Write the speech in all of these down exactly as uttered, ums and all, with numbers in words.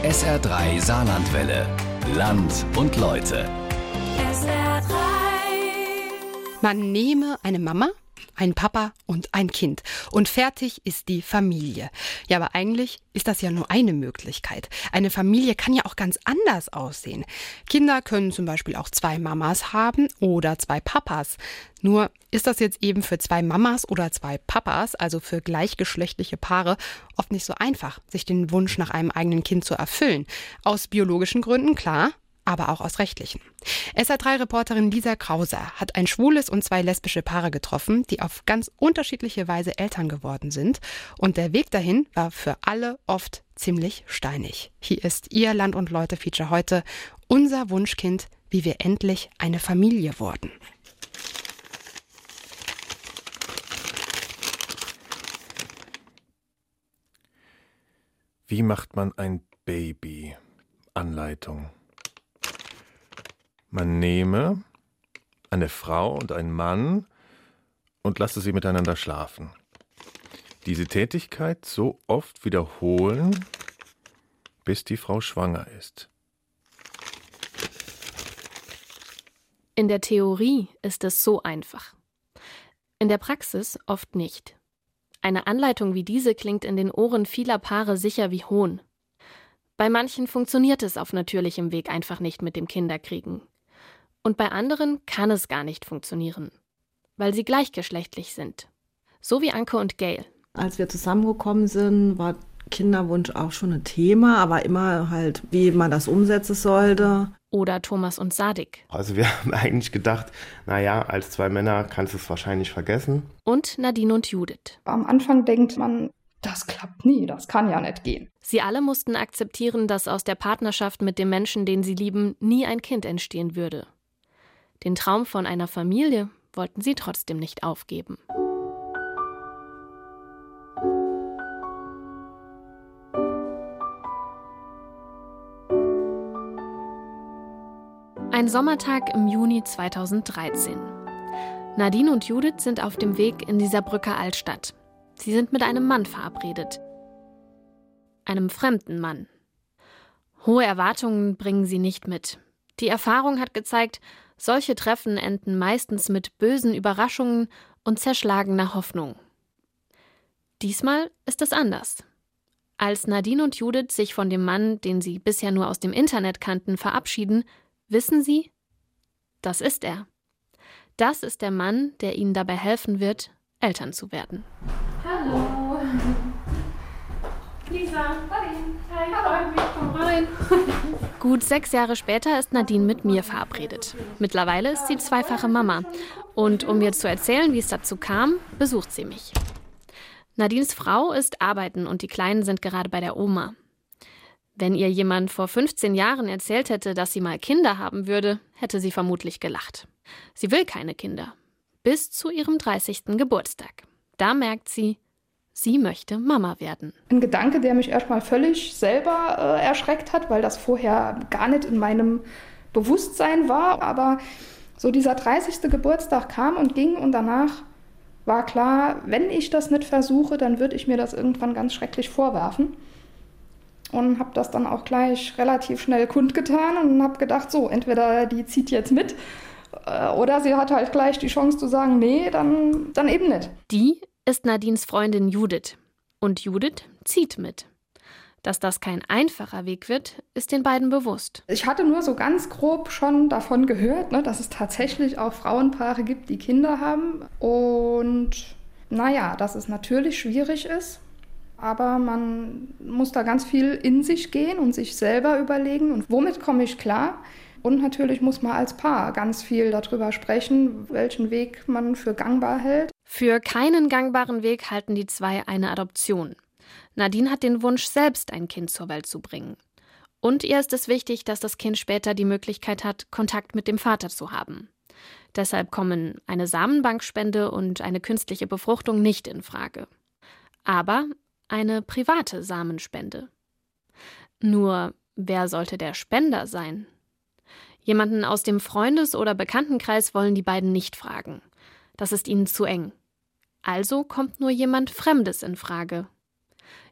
S R drei Saarlandwelle. Land und Leute. S R drei. Man nehme eine Mama, ein Papa und ein Kind und fertig ist die Familie. Ja, aber eigentlich ist das ja nur eine Möglichkeit. Eine Familie kann ja auch ganz anders aussehen. Kinder können zum Beispiel auch zwei Mamas haben oder zwei Papas. Nur ist das jetzt eben für zwei Mamas oder zwei Papas, also für gleichgeschlechtliche Paare, oft nicht so einfach, sich den Wunsch nach einem eigenen Kind zu erfüllen. Aus biologischen Gründen, klar, aber auch aus rechtlichen. S R drei Reporterin Lisa Krause hat ein schwules und zwei lesbische Paare getroffen, die auf ganz unterschiedliche Weise Eltern geworden sind. Und der Weg dahin war für alle oft ziemlich steinig. Hier ist ihr Land und Leute-Feature heute, unser Wunschkind, wie wir endlich eine Familie wurden. Wie macht man ein Baby? Anleitung. Man nehme eine Frau und einen Mann und lasse sie miteinander schlafen. Diese Tätigkeit so oft wiederholen, bis die Frau schwanger ist. In der Theorie ist es so einfach. In der Praxis oft nicht. Eine Anleitung wie diese klingt in den Ohren vieler Paare sicher wie Hohn. Bei manchen funktioniert es auf natürlichem Weg einfach nicht mit dem Kinderkriegen. Und bei anderen kann es gar nicht funktionieren, weil sie gleichgeschlechtlich sind. So wie Anke und Gail. Als wir zusammengekommen sind, war Kinderwunsch auch schon ein Thema, aber immer halt, wie man das umsetzen sollte. Oder Thomas und Sadik. Also wir haben eigentlich gedacht, naja, als zwei Männer kannst du es wahrscheinlich vergessen. Und Nadine und Judith. Am Anfang denkt man, das klappt nie, das kann ja nicht gehen. Sie alle mussten akzeptieren, dass aus der Partnerschaft mit dem Menschen, den sie lieben, nie ein Kind entstehen würde. Den Traum von einer Familie wollten sie trotzdem nicht aufgeben. Ein Sommertag im Juni zweitausenddreizehn. Nadine und Judith sind auf dem Weg in die Saarbrücker Altstadt. Sie sind mit einem Mann verabredet. Einem fremden Mann. Hohe Erwartungen bringen sie nicht mit. Die Erfahrung hat gezeigt, solche Treffen enden meistens mit bösen Überraschungen und zerschlagener Hoffnung. Diesmal ist es anders. Als Nadine und Judith sich von dem Mann, den sie bisher nur aus dem Internet kannten, verabschieden, wissen sie, das ist er. Das ist der Mann, der ihnen dabei helfen wird, Eltern zu werden. Hallo. Lisa. Hi. Hi, freut mich. Komm rein. Gut sechs Jahre später ist Nadine mit mir verabredet. Mittlerweile ist sie zweifache Mama. Und um mir zu erzählen, wie es dazu kam, besucht sie mich. Nadines Frau ist arbeiten und die Kleinen sind gerade bei der Oma. Wenn ihr jemand vor fünfzehn Jahren erzählt hätte, dass sie mal Kinder haben würde, hätte sie vermutlich gelacht. Sie will keine Kinder. Bis zu ihrem dreißigsten Geburtstag. Da merkt sie, sie möchte Mama werden. Ein Gedanke, der mich erstmal völlig selber äh, erschreckt hat, weil das vorher gar nicht in meinem Bewusstsein war. Aber so dieser dreißigste Geburtstag kam und ging und danach war klar, wenn ich das nicht versuche, dann würde ich mir das irgendwann ganz schrecklich vorwerfen. Und habe das dann auch gleich relativ schnell kundgetan und habe gedacht, so, entweder die zieht jetzt mit äh, oder sie hat halt gleich die Chance zu sagen, nee, dann, dann eben nicht. Die ist Nadines Freundin Judith. Und Judith zieht mit. Dass das kein einfacher Weg wird, ist den beiden bewusst. Ich hatte nur so ganz grob schon davon gehört, ne, dass es tatsächlich auch Frauenpaare gibt, die Kinder haben. Und naja, dass es natürlich schwierig ist. Aber man muss da ganz viel in sich gehen und sich selber überlegen, und womit komme ich klar? Und natürlich muss man als Paar ganz viel darüber sprechen, welchen Weg man für gangbar hält. Für keinen gangbaren Weg halten die zwei eine Adoption. Nadine hat den Wunsch, selbst ein Kind zur Welt zu bringen. Und ihr ist es wichtig, dass das Kind später die Möglichkeit hat, Kontakt mit dem Vater zu haben. Deshalb kommen eine Samenbankspende und eine künstliche Befruchtung nicht in Frage. Aber eine private Samenspende. Nur, wer sollte der Spender sein? Jemanden aus dem Freundes- oder Bekanntenkreis wollen die beiden nicht fragen. Das ist ihnen zu eng. Also kommt nur jemand Fremdes in Frage.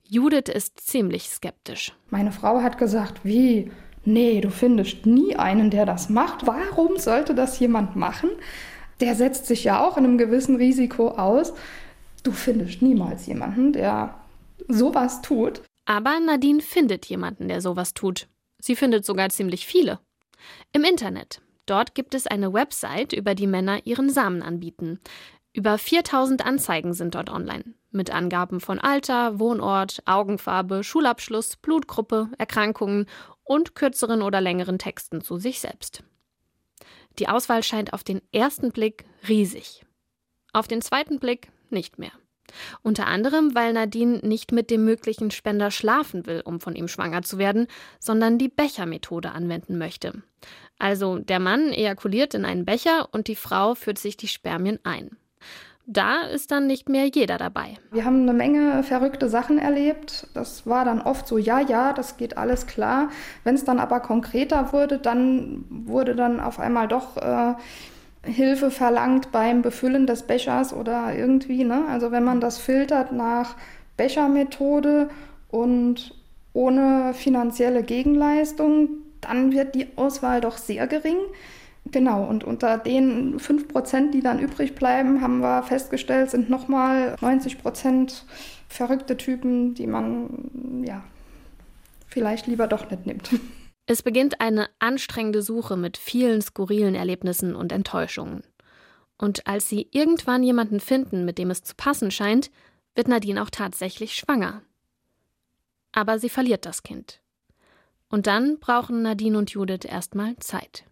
Judith ist ziemlich skeptisch. Meine Frau hat gesagt, wie? Nee, du findest nie einen, der das macht. Warum sollte das jemand machen? Der setzt sich ja auch in einem gewissen Risiko aus. Du findest niemals jemanden, der sowas tut. Aber Nadine findet jemanden, der sowas tut. Sie findet sogar ziemlich viele. Im Internet. Dort gibt es eine Website, über die Männer ihren Samen anbieten. Über viertausend Anzeigen sind dort online. Mit Angaben von Alter, Wohnort, Augenfarbe, Schulabschluss, Blutgruppe, Erkrankungen und kürzeren oder längeren Texten zu sich selbst. Die Auswahl scheint auf den ersten Blick riesig. Auf den zweiten Blick nicht mehr. Unter anderem, weil Nadine nicht mit dem möglichen Spender schlafen will, um von ihm schwanger zu werden, sondern die Bechermethode anwenden möchte. Also der Mann ejakuliert in einen Becher und die Frau führt sich die Spermien ein. Da ist dann nicht mehr jeder dabei. Wir haben eine Menge verrückte Sachen erlebt. Das war dann oft so, ja, ja, das geht alles klar. Wenn es dann aber konkreter wurde, dann wurde dann auf einmal doch äh, Hilfe verlangt beim Befüllen des Bechers oder irgendwie, ne? Also wenn man das filtert nach Bechermethode und ohne finanzielle Gegenleistung, dann wird die Auswahl doch sehr gering. Genau, und unter den fünf Prozent, die dann übrig bleiben, haben wir festgestellt, sind nochmal neunzig Prozent verrückte Typen, die man ja vielleicht lieber doch nicht nimmt. Es beginnt eine anstrengende Suche mit vielen skurrilen Erlebnissen und Enttäuschungen. Und als sie irgendwann jemanden finden, mit dem es zu passen scheint, wird Nadine auch tatsächlich schwanger. Aber sie verliert das Kind. Und dann brauchen Nadine und Judith erstmal Zeit.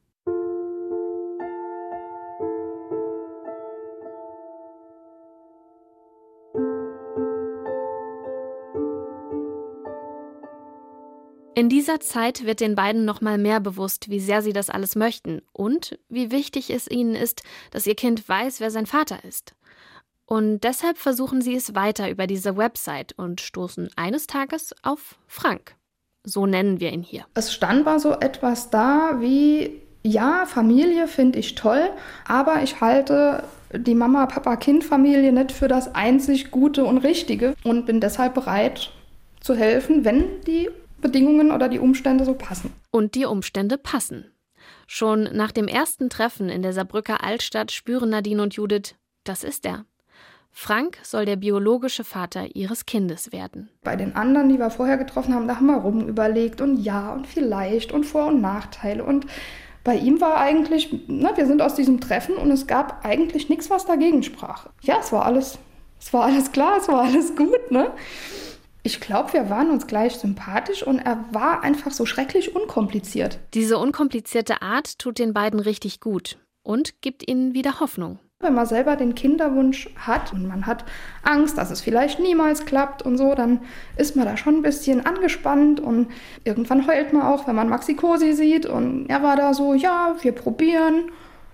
In dieser Zeit wird den beiden noch mal mehr bewusst, wie sehr sie das alles möchten und wie wichtig es ihnen ist, dass ihr Kind weiß, wer sein Vater ist. Und deshalb versuchen sie es weiter über diese Website und stoßen eines Tages auf Frank. So nennen wir ihn hier. Es stand mal so etwas da wie, ja, Familie finde ich toll, aber ich halte die Mama-Papa-Kind-Familie nicht für das einzig Gute und Richtige und bin deshalb bereit zu helfen, wenn die Bedingungen oder die Umstände so passen. Und die Umstände passen. Schon nach dem ersten Treffen in der Saarbrücker Altstadt spüren Nadine und Judith, das ist er. Frank soll der biologische Vater ihres Kindes werden. Bei den anderen, die wir vorher getroffen haben, da haben wir rumüberlegt und ja und vielleicht und Vor- und Nachteile. Und bei ihm war eigentlich, ne, wir sind aus diesem Treffen und es gab eigentlich nichts, was dagegen sprach. Ja, es war alles, es war alles klar, es war alles gut, ne? Ich glaube, wir waren uns gleich sympathisch und er war einfach so schrecklich unkompliziert. Diese unkomplizierte Art tut den beiden richtig gut und gibt ihnen wieder Hoffnung. Wenn man selber den Kinderwunsch hat und man hat Angst, dass es vielleicht niemals klappt und so, dann ist man da schon ein bisschen angespannt und irgendwann heult man auch, wenn man Maxi Cosi sieht. Und er war da so, ja, wir probieren.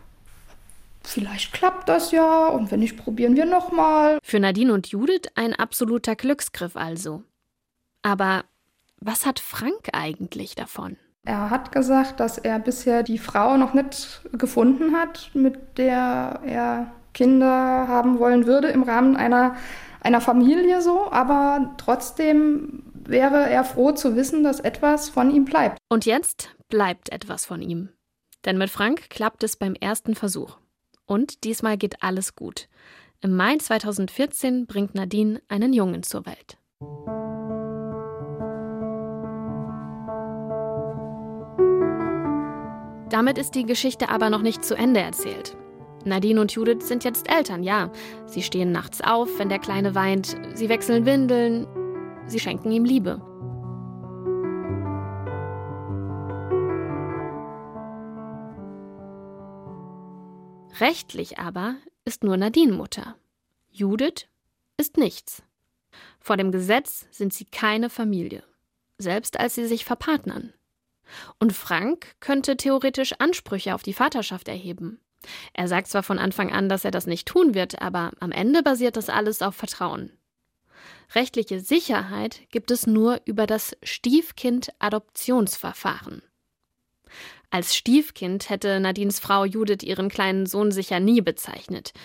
Vielleicht klappt das ja und wenn nicht, probieren wir nochmal. Für Nadine und Judith ein absoluter Glücksgriff also. Aber was hat Frank eigentlich davon? Er hat gesagt, dass er bisher die Frau noch nicht gefunden hat, mit der er Kinder haben wollen würde im Rahmen einer, einer Familie so. Aber trotzdem wäre er froh zu wissen, dass etwas von ihm bleibt. Und jetzt bleibt etwas von ihm. Denn mit Frank klappt es beim ersten Versuch. Und diesmal geht alles gut. Im Mai zweitausendvierzehn bringt Nadine einen Jungen zur Welt. Damit ist die Geschichte aber noch nicht zu Ende erzählt. Nadine und Judith sind jetzt Eltern, ja. Sie stehen nachts auf, wenn der Kleine weint. Sie wechseln Windeln. Sie schenken ihm Liebe. Rechtlich aber ist nur Nadine Mutter. Judith ist nichts. Vor dem Gesetz sind sie keine Familie, selbst als sie sich verpartnern. Und Frank könnte theoretisch Ansprüche auf die Vaterschaft erheben. Er sagt zwar von Anfang an, dass er das nicht tun wird, aber am Ende basiert das alles auf Vertrauen. Rechtliche Sicherheit gibt es nur über das Stiefkind-Adoptionsverfahren. Als Stiefkind hätte Nadines Frau Judith ihren kleinen Sohn sicher nie bezeichnet.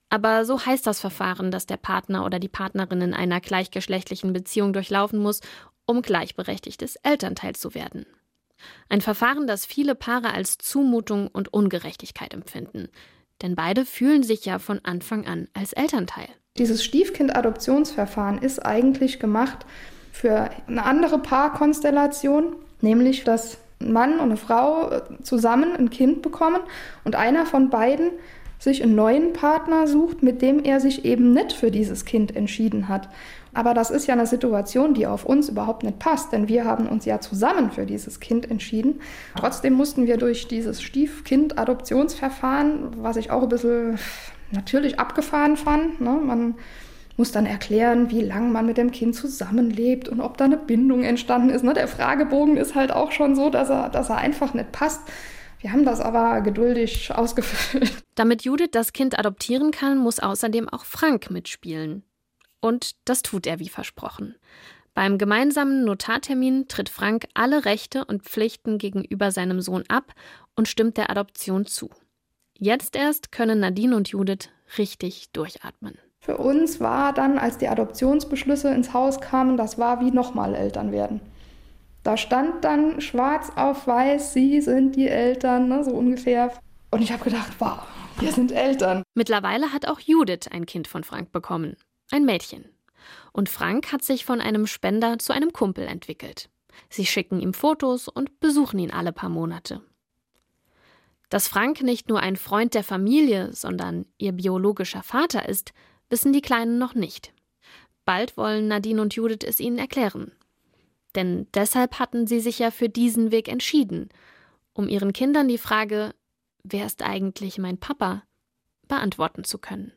Aber so heißt das Verfahren, das der Partner oder die Partnerin in einer gleichgeschlechtlichen Beziehung durchlaufen muss, um gleichberechtigtes Elternteil zu werden. Ein Verfahren, das viele Paare als Zumutung und Ungerechtigkeit empfinden. Denn beide fühlen sich ja von Anfang an als Elternteil. Dieses Stiefkind-Adoptionsverfahren ist eigentlich gemacht für eine andere Paarkonstellation, nämlich dass ein Mann und eine Frau zusammen ein Kind bekommen und einer von beiden sich einen neuen Partner sucht, mit dem er sich eben nicht für dieses Kind entschieden hat. Aber das ist ja eine Situation, die auf uns überhaupt nicht passt, denn wir haben uns ja zusammen für dieses Kind entschieden. Trotzdem mussten wir durch dieses Stiefkind-Adoptionsverfahren, was ich auch ein bisschen natürlich abgefahren fand, ne? Man muss dann erklären, wie lange man mit dem Kind zusammenlebt und ob da eine Bindung entstanden ist. Ne? Der Fragebogen ist halt auch schon so, dass er, dass er einfach nicht passt. Wir haben das aber geduldig ausgefüllt. Damit Judith das Kind adoptieren kann, muss außerdem auch Frank mitspielen. Und das tut er wie versprochen. Beim gemeinsamen Notartermin tritt Frank alle Rechte und Pflichten gegenüber seinem Sohn ab und stimmt der Adoption zu. Jetzt erst können Nadine und Judith richtig durchatmen. Für uns war dann, als die Adoptionsbeschlüsse ins Haus kamen, das war wie nochmal Eltern werden. Da stand dann schwarz auf weiß, sie sind die Eltern, ne, so ungefähr. Und ich habe gedacht, wow, wir sind Eltern. Mittlerweile hat auch Judith ein Kind von Frank bekommen, ein Mädchen. Und Frank hat sich von einem Spender zu einem Kumpel entwickelt. Sie schicken ihm Fotos und besuchen ihn alle paar Monate. Dass Frank nicht nur ein Freund der Familie, sondern ihr biologischer Vater ist, wissen die Kleinen noch nicht. Bald wollen Nadine und Judith es ihnen erklären. Denn deshalb hatten sie sich ja für diesen Weg entschieden, um ihren Kindern die Frage, wer ist eigentlich mein Papa, beantworten zu können.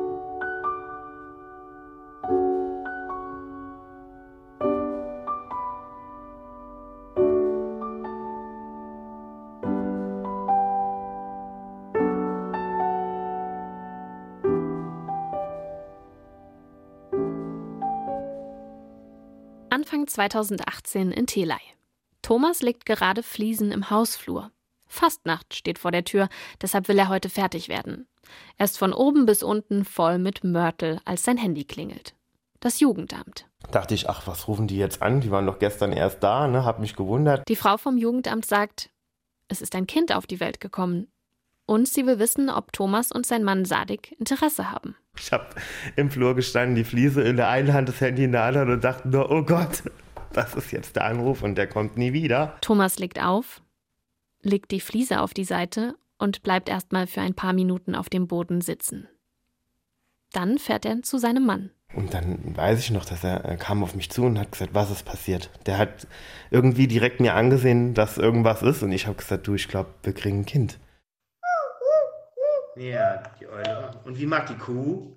Anfang zweitausendachtzehn in Theley. Thomas legt gerade Fliesen im Hausflur. Fastnacht steht vor der Tür, deshalb will er heute fertig werden. Er ist von oben bis unten voll mit Mörtel, als sein Handy klingelt. Das Jugendamt. Dachte ich, ach, was rufen die jetzt an? Die waren doch gestern erst da, ne? Hab mich gewundert. Die Frau vom Jugendamt sagt, es ist ein Kind auf die Welt gekommen. Und sie will wissen, ob Thomas und sein Mann Sadik Interesse haben. Ich habe im Flur gestanden, die Fliese in der einen Hand, das Handy in der anderen und dachte nur, oh Gott, das ist jetzt der Anruf und der kommt nie wieder. Thomas legt auf, legt die Fliese auf die Seite und bleibt erstmal für ein paar Minuten auf dem Boden sitzen. Dann fährt er zu seinem Mann. Und dann weiß ich noch, dass er, er kam auf mich zu und hat gesagt, was ist passiert? Der hat irgendwie direkt mir angesehen, dass irgendwas ist und ich habe gesagt, du, ich glaube, wir kriegen ein Kind. Ja, die Eule. Und wie mag die Kuh?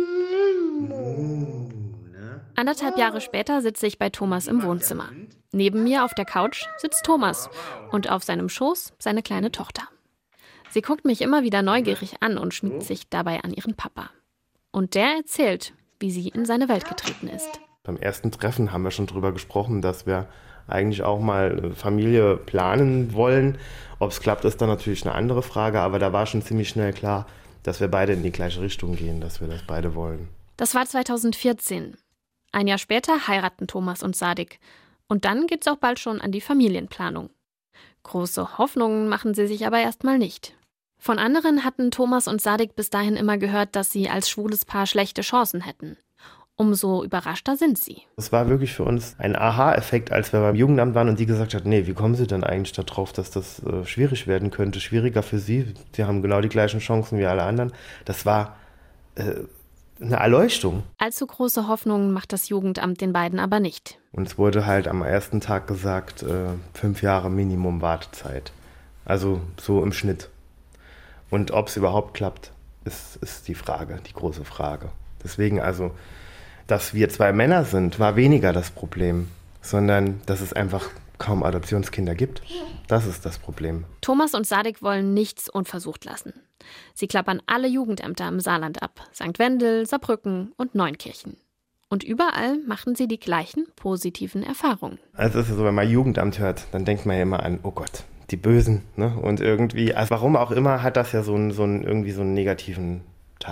Mm, ne? Anderthalb Jahre später sitze ich bei Thomas im Wohnzimmer. Neben mir auf der Couch sitzt Thomas und auf seinem Schoß seine kleine Tochter. Sie guckt mich immer wieder neugierig an und schmiegt sich dabei an ihren Papa. Und der erzählt, wie sie in seine Welt getreten ist. Beim ersten Treffen haben wir schon drüber gesprochen, dass wir eigentlich auch mal Familie planen wollen. Ob es klappt, ist dann natürlich eine andere Frage, aber da war schon ziemlich schnell klar, dass wir beide in die gleiche Richtung gehen, dass wir das beide wollen. Das war zweitausendvierzehn. Ein Jahr später heiraten Thomas und Sadik. Und dann geht's auch bald schon an die Familienplanung. Große Hoffnungen machen sie sich aber erstmal nicht. Von anderen hatten Thomas und Sadik bis dahin immer gehört, dass sie als schwules Paar schlechte Chancen hätten. Umso überraschter sind sie. Es war wirklich für uns ein Aha-Effekt, als wir beim Jugendamt waren und die gesagt hat, nee, wie kommen Sie denn eigentlich darauf, dass das äh, schwierig werden könnte, schwieriger für Sie? Sie haben genau die gleichen Chancen wie alle anderen. Das war äh, eine Erleuchtung. Allzu große Hoffnungen macht das Jugendamt den beiden aber nicht. Uns wurde halt am ersten Tag gesagt, äh, fünf Jahre Minimum Wartezeit. Also so im Schnitt. Und ob es überhaupt klappt, ist, ist die Frage, die große Frage. Deswegen also, dass wir zwei Männer sind, war weniger das Problem, sondern dass es einfach kaum Adoptionskinder gibt. Das ist das Problem. Thomas und Sadik wollen nichts unversucht lassen. Sie klappern alle Jugendämter im Saarland ab. Sankt Wendel, Saarbrücken und Neunkirchen. Und überall machen sie die gleichen positiven Erfahrungen. Also es ist so, wenn man Jugendamt hört, dann denkt man ja immer an, oh Gott, die Bösen. Ne? Und irgendwie, also warum auch immer, hat das ja so einen, so einen, irgendwie so einen negativen Touch.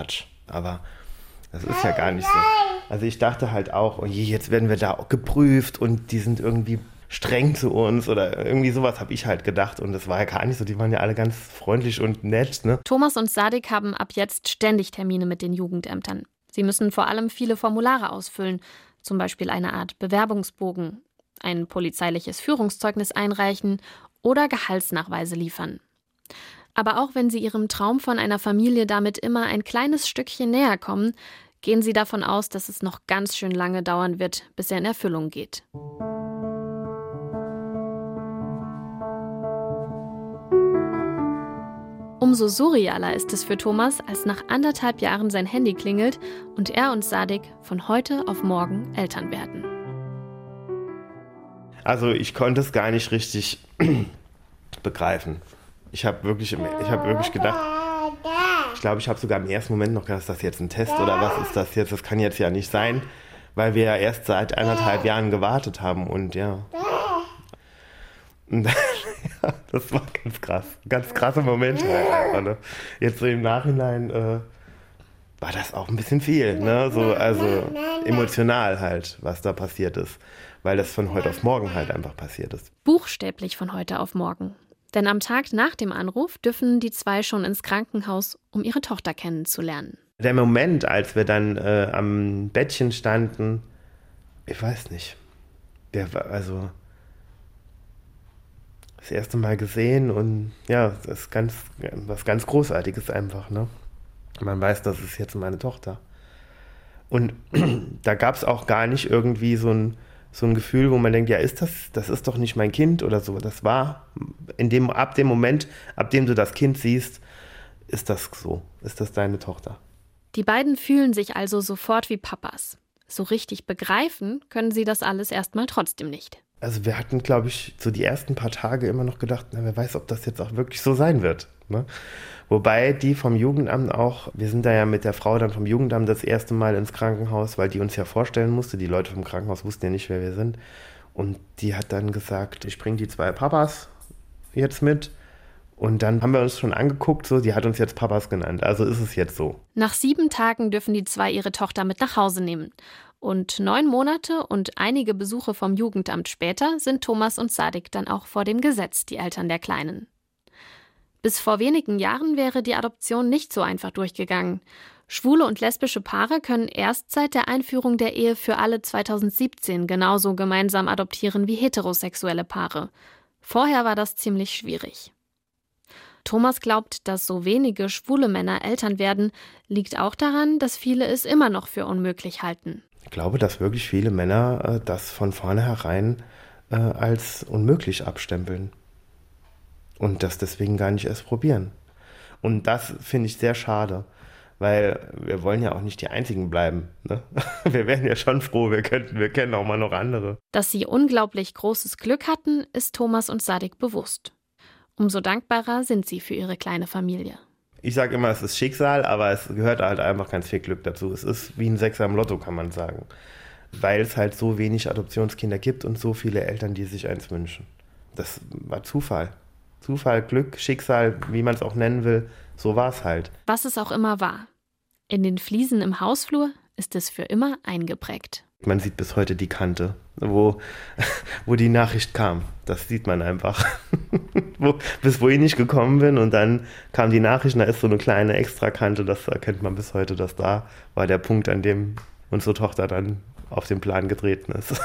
Aber das ist ja gar nicht so. Also ich dachte halt auch, oh je, jetzt werden wir da auch geprüft und die sind irgendwie streng zu uns oder irgendwie sowas habe ich halt gedacht. Und das war ja gar nicht so, die waren ja alle ganz freundlich und nett. Ne? Thomas und Sadik haben ab jetzt ständig Termine mit den Jugendämtern. Sie müssen vor allem viele Formulare ausfüllen, zum Beispiel eine Art Bewerbungsbogen, ein polizeiliches Führungszeugnis einreichen oder Gehaltsnachweise liefern. Aber auch wenn sie ihrem Traum von einer Familie damit immer ein kleines Stückchen näher kommen, gehen sie davon aus, dass es noch ganz schön lange dauern wird, bis er in Erfüllung geht. Umso surrealer ist es für Thomas, als nach anderthalb Jahren sein Handy klingelt und er und Sadik von heute auf morgen Eltern werden. Also ich konnte es gar nicht richtig begreifen. Ich habe wirklich, ich hab wirklich gedacht, ich glaube, ich habe sogar im ersten Moment noch gedacht, ist das jetzt ein Test oder was ist das jetzt? Das kann jetzt ja nicht sein, weil wir ja erst seit eineinhalb Jahren gewartet haben und ja. Und dann, ja, das war ganz krass, ganz krasse Momente. Halt, jetzt so im Nachhinein äh, war das auch ein bisschen viel, ne? So, also emotional halt, was da passiert ist, weil das von heute auf morgen halt einfach passiert ist. Buchstäblich von heute auf morgen. Denn am Tag nach dem Anruf dürfen die zwei schon ins Krankenhaus, um ihre Tochter kennenzulernen. Der Moment, als wir dann äh, am Bettchen standen, ich weiß nicht, der war also das erste Mal gesehen und ja, das ist ganz, was ganz Großartiges einfach, ne? Man weiß, das ist jetzt meine Tochter. Und da gab es auch gar nicht irgendwie so ein, so ein Gefühl, wo man denkt, ja, ist das, das ist doch nicht mein Kind oder so. Das war in dem, ab dem Moment, ab dem du das Kind siehst, ist das so, ist das deine Tochter. Die beiden fühlen sich also sofort wie Papas. So richtig begreifen können sie das alles erstmal trotzdem nicht. Also wir hatten, glaube ich, so die ersten paar Tage immer noch gedacht, na, wer weiß, ob das jetzt auch wirklich so sein wird. Ne? Wobei die vom Jugendamt auch, wir sind da ja mit der Frau dann vom Jugendamt das erste Mal ins Krankenhaus, weil die uns ja vorstellen musste. Die Leute vom Krankenhaus wussten ja nicht, wer wir sind. Und die hat dann gesagt, ich bringe die zwei Papas jetzt mit. Und dann haben wir uns schon angeguckt, so, die hat uns jetzt Papas genannt. Also ist es jetzt so. Nach sieben Tagen dürfen die zwei ihre Tochter mit nach Hause nehmen. Und neun Monate und einige Besuche vom Jugendamt später sind Thomas und Sadik dann auch vor dem Gesetz, die Eltern der Kleinen. Bis vor wenigen Jahren wäre die Adoption nicht so einfach durchgegangen. Schwule und lesbische Paare können erst seit der Einführung der Ehe für alle zweitausendsiebzehn genauso gemeinsam adoptieren wie heterosexuelle Paare. Vorher war das ziemlich schwierig. Thomas glaubt, dass so wenige schwule Männer Eltern werden, liegt auch daran, dass viele es immer noch für unmöglich halten. Ich glaube, dass wirklich viele Männer äh, das von vornherein äh, als unmöglich abstempeln und das deswegen gar nicht erst probieren. Und das finde ich sehr schade, weil wir wollen ja auch nicht die Einzigen bleiben. Ne? Wir wären ja schon froh, wir könnten, wir kennen auch mal noch andere. Dass sie unglaublich großes Glück hatten, ist Thomas und Sadik bewusst. Umso dankbarer sind sie für ihre kleine Familie. Ich sage immer, es ist Schicksal, aber es gehört halt einfach ganz viel Glück dazu. Es ist wie ein Sechser im Lotto, kann man sagen. Weil es halt so wenig Adoptionskinder gibt und so viele Eltern, die sich eins wünschen. Das war Zufall. Zufall, Glück, Schicksal, wie man es auch nennen will, so war es halt. Was es auch immer war. In den Fliesen im Hausflur ist es für immer eingeprägt. Man sieht bis heute die Kante, wo, wo die Nachricht kam. Das sieht man einfach. wo, bis wohin ich gekommen bin und dann kam die Nachricht und da ist so eine kleine Extrakante, das erkennt man bis heute, dass da war der Punkt, an dem unsere Tochter dann auf den Plan getreten ist.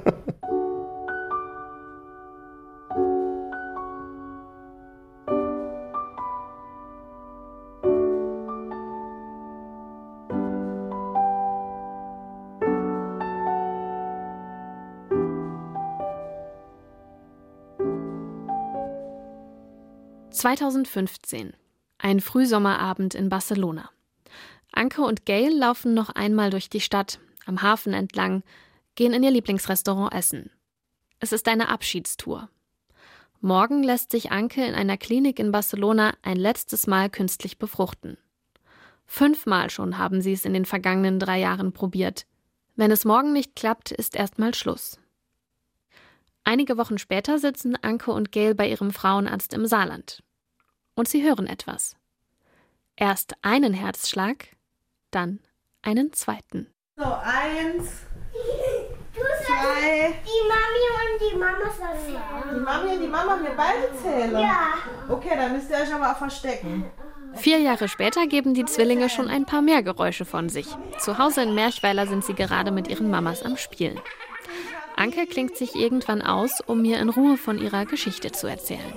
zweitausendfünfzehn. Ein Frühsommerabend in Barcelona. Anke und Gail laufen noch einmal durch die Stadt, am Hafen entlang, gehen in ihr Lieblingsrestaurant essen. Es ist eine Abschiedstour. Morgen lässt sich Anke in einer Klinik in Barcelona ein letztes Mal künstlich befruchten. Fünfmal schon haben sie es in den vergangenen drei Jahren probiert. Wenn es morgen nicht klappt, ist erstmal Schluss. Einige Wochen später sitzen Anke und Gail bei ihrem Frauenarzt im Saarland. Und sie hören etwas. Erst einen Herzschlag, dann einen zweiten. So, eins, Du zwei. Die Mami und die Mama sagen. Die Mami und die Mama mir beide zählen? Ja. Okay, dann müsst ihr euch aber auch verstecken. Vier Jahre später geben die Zwillinge schon ein paar mehr Geräusche von sich. Zu Hause in Merchweiler sind sie gerade mit ihren Mamas am Spielen. Anke klingt sich irgendwann aus, um mir in Ruhe von ihrer Geschichte zu erzählen.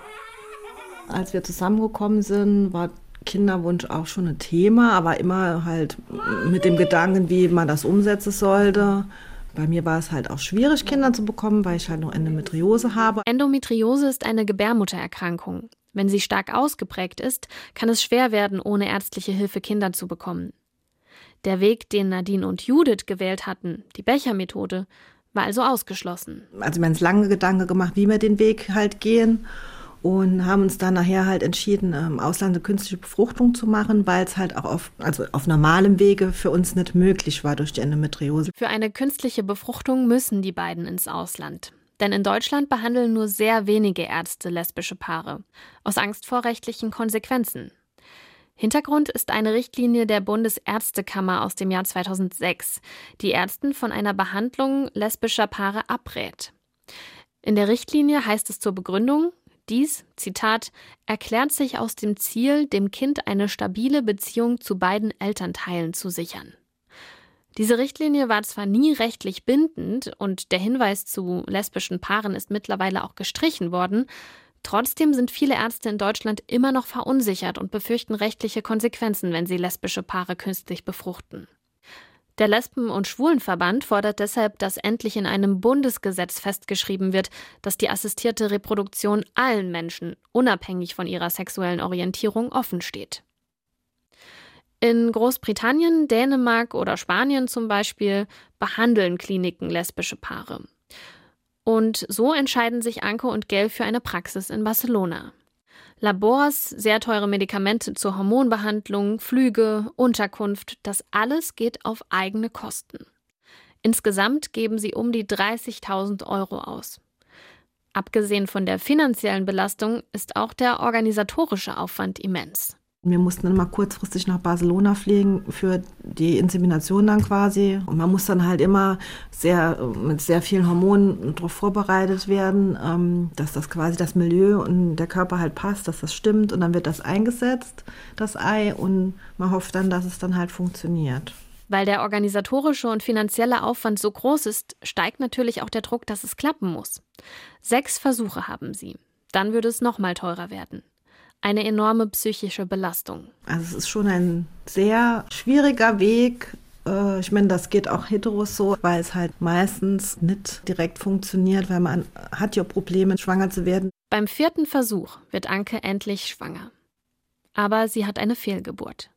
Als wir zusammengekommen sind, war Kinderwunsch auch schon ein Thema, aber immer halt mit dem Gedanken, wie man das umsetzen sollte. Bei mir war es halt auch schwierig, Kinder zu bekommen, weil ich halt noch Endometriose habe. Endometriose ist eine Gebärmuttererkrankung. Wenn sie stark ausgeprägt ist, kann es schwer werden, ohne ärztliche Hilfe Kinder zu bekommen. Der Weg, den Nadine und Judith gewählt hatten, die Becher-Methode, war also ausgeschlossen. Also wir haben uns lange Gedanken gemacht, wie wir den Weg halt gehen und haben uns dann nachher halt entschieden, im Ausland eine künstliche Befruchtung zu machen, weil es halt auch auf, also auf normalem Wege für uns nicht möglich war durch die Endometriose. Für eine künstliche Befruchtung müssen die beiden ins Ausland. Denn in Deutschland behandeln nur sehr wenige Ärzte lesbische Paare, aus Angst vor rechtlichen Konsequenzen. Hintergrund ist eine Richtlinie der Bundesärztekammer aus dem Jahr zweitausendsechs, die Ärzten von einer Behandlung lesbischer Paare abrät. In der Richtlinie heißt es zur Begründung, dies, Zitat, erklärt sich aus dem Ziel, dem Kind eine stabile Beziehung zu beiden Elternteilen zu sichern. Diese Richtlinie war zwar nie rechtlich bindend und der Hinweis zu lesbischen Paaren ist mittlerweile auch gestrichen worden, trotzdem sind viele Ärzte in Deutschland immer noch verunsichert und befürchten rechtliche Konsequenzen, wenn sie lesbische Paare künstlich befruchten. Der Lesben- und Schwulenverband fordert deshalb, dass endlich in einem Bundesgesetz festgeschrieben wird, dass die assistierte Reproduktion allen Menschen, unabhängig von ihrer sexuellen Orientierung, offen steht. In Großbritannien, Dänemark oder Spanien zum Beispiel behandeln Kliniken lesbische Paare. Und so entscheiden sich Anke und Gail für eine Praxis in Barcelona. Labors, sehr teure Medikamente zur Hormonbehandlung, Flüge, Unterkunft, das alles geht auf eigene Kosten. Insgesamt geben sie um die dreißigtausend Euro aus. Abgesehen von der finanziellen Belastung ist auch der organisatorische Aufwand immens. Wir mussten dann mal kurzfristig nach Barcelona fliegen für die Insemination dann quasi. Und man muss dann halt immer sehr, mit sehr vielen Hormonen darauf vorbereitet werden, dass das quasi das Milieu und der Körper halt passt, dass das stimmt. Und dann wird das eingesetzt, das Ei, und man hofft dann, dass es dann halt funktioniert. Weil der organisatorische und finanzielle Aufwand so groß ist, steigt natürlich auch der Druck, dass es klappen muss. Sechs Versuche haben sie. Dann würde es noch mal teurer werden. Eine enorme psychische Belastung. Also es ist schon ein sehr schwieriger Weg. Ich meine, das geht auch heteros so, weil es halt meistens nicht direkt funktioniert, weil man hat ja Probleme, schwanger zu werden. Beim vierten Versuch wird Anke endlich schwanger. Aber sie hat eine Fehlgeburt.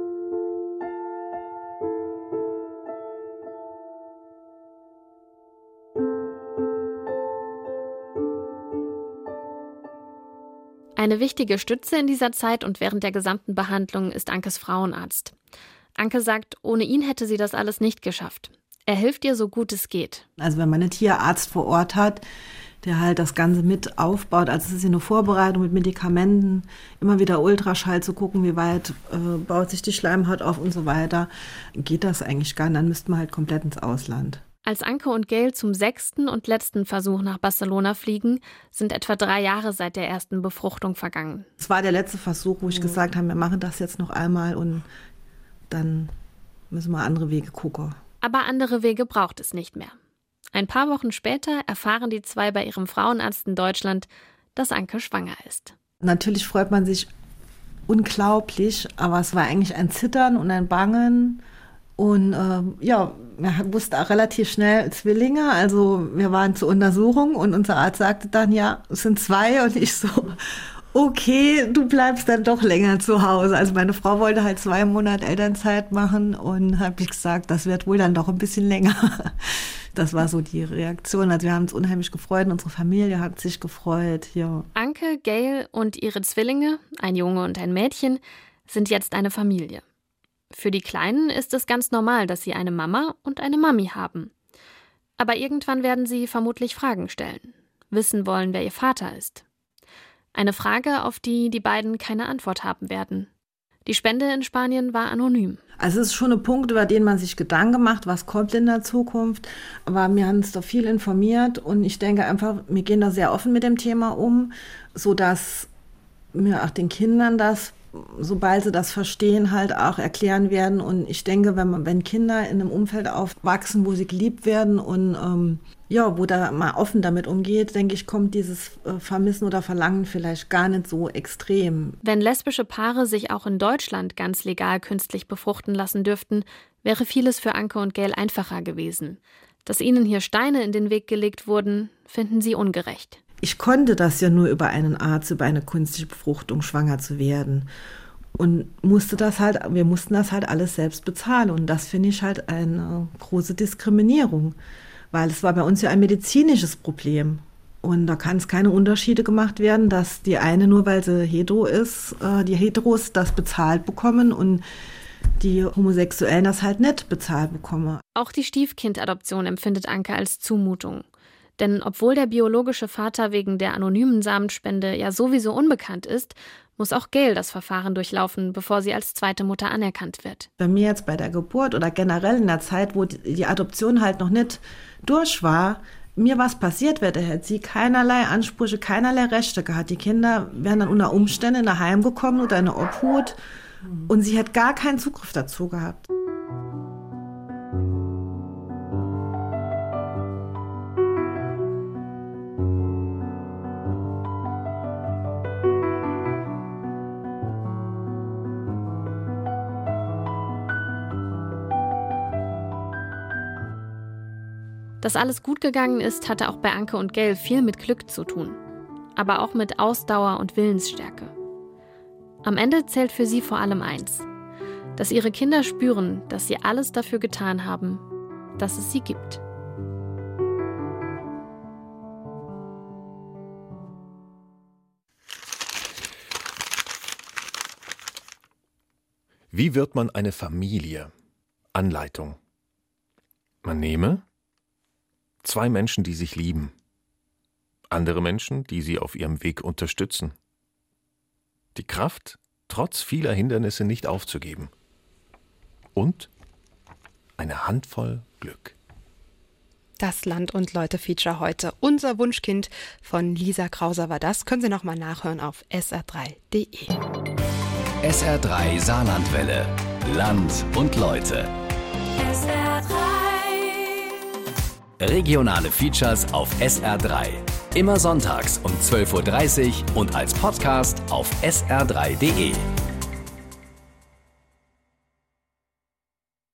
Eine wichtige Stütze in dieser Zeit und während der gesamten Behandlung ist Ankes Frauenarzt. Anke sagt, ohne ihn hätte sie das alles nicht geschafft. Er hilft ihr so gut es geht. Also wenn man einen Tierarzt vor Ort hat, der halt das Ganze mit aufbaut, also es ist eine Vorbereitung mit Medikamenten, immer wieder Ultraschall zu gucken, wie weit äh, baut sich die Schleimhaut auf und so weiter, geht das eigentlich gar nicht. Dann müsste man halt komplett ins Ausland. Als Anke und Gail zum sechsten und letzten Versuch nach Barcelona fliegen, sind etwa drei Jahre seit der ersten Befruchtung vergangen. Es war der letzte Versuch, wo ich mhm. gesagt habe, wir machen das jetzt noch einmal und dann müssen wir andere Wege gucken. Aber andere Wege braucht es nicht mehr. Ein paar Wochen später erfahren die zwei bei ihrem Frauenarzt in Deutschland, dass Anke schwanger ist. Natürlich freut man sich unglaublich, aber es war eigentlich ein Zittern und ein Bangen. Und äh, ja, wir wussten auch relativ schnell Zwillinge, also wir waren zur Untersuchung und unser Arzt sagte dann, ja, es sind zwei, und ich so, okay, du bleibst dann doch länger zu Hause. Also meine Frau wollte halt zwei Monate Elternzeit machen und habe ich gesagt, das wird wohl dann doch ein bisschen länger. Das war so die Reaktion. Also wir haben uns unheimlich gefreut, unsere Familie hat sich gefreut. Ja. Anke, Gail und ihre Zwillinge, ein Junge und ein Mädchen, sind jetzt eine Familie. Für die Kleinen ist es ganz normal, dass sie eine Mama und eine Mami haben. Aber irgendwann werden sie vermutlich Fragen stellen, wissen wollen, wer ihr Vater ist. Eine Frage, auf die die beiden keine Antwort haben werden. Die Spende in Spanien war anonym. Also es ist schon ein Punkt, über den man sich Gedanken macht, was kommt in der Zukunft. Aber wir haben uns da viel informiert und ich denke einfach, wir gehen da sehr offen mit dem Thema um, sodass wir auch den Kindern das, sobald sie das verstehen, halt auch erklären werden. Und ich denke, wenn man, wenn Kinder in einem Umfeld aufwachsen, wo sie geliebt werden und ähm, ja, wo da mal offen damit umgeht, denke ich, kommt dieses äh, Vermissen oder Verlangen vielleicht gar nicht so extrem. Wenn lesbische Paare sich auch in Deutschland ganz legal künstlich befruchten lassen dürften, wäre vieles für Anke und Gail einfacher gewesen. Dass ihnen hier Steine in den Weg gelegt wurden, finden sie ungerecht. Ich konnte das ja nur über einen Arzt, über eine künstliche Befruchtung schwanger zu werden. Und musste das halt, wir mussten das halt alles selbst bezahlen. Und das finde ich halt eine große Diskriminierung. Weil es war bei uns ja ein medizinisches Problem. Und da kann es keine Unterschiede gemacht werden, dass die eine, nur weil sie hetero ist, die Heteros das bezahlt bekommen und die Homosexuellen das halt nicht bezahlt bekommen. Auch die Stiefkindadoption empfindet Anke als Zumutung. Denn obwohl der biologische Vater wegen der anonymen Samenspende ja sowieso unbekannt ist, muss auch Gail das Verfahren durchlaufen, bevor sie als zweite Mutter anerkannt wird. Bei mir jetzt bei der Geburt oder generell in der Zeit, wo die Adoption halt noch nicht durch war, mir was passiert wäre, hätte sie keinerlei Ansprüche, keinerlei Rechte gehabt. Die Kinder wären dann unter Umständen in ein Heim gekommen oder in eine Obhut und sie hätte gar keinen Zugriff dazu gehabt. Dass alles gut gegangen ist, hatte auch bei Anke und Gail viel mit Glück zu tun. Aber auch mit Ausdauer und Willensstärke. Am Ende zählt für sie vor allem eins: dass ihre Kinder spüren, dass sie alles dafür getan haben, dass es sie gibt. Wie wird man eine Familie? Anleitung. Man nehme zwei Menschen, die sich lieben. Andere Menschen, die sie auf ihrem Weg unterstützen. Die Kraft, trotz vieler Hindernisse nicht aufzugeben. Und eine Handvoll Glück. Das Land- und Leute-Feature heute. Unser Wunschkind von Lisa Krauser war das. Können Sie noch mal nachhören auf S R drei punkt D E. S R drei Saarlandwelle. Land und Leute. S R drei. Regionale Features auf S R drei. Immer sonntags um zwölf Uhr dreißig und als Podcast auf S R drei punkt D E.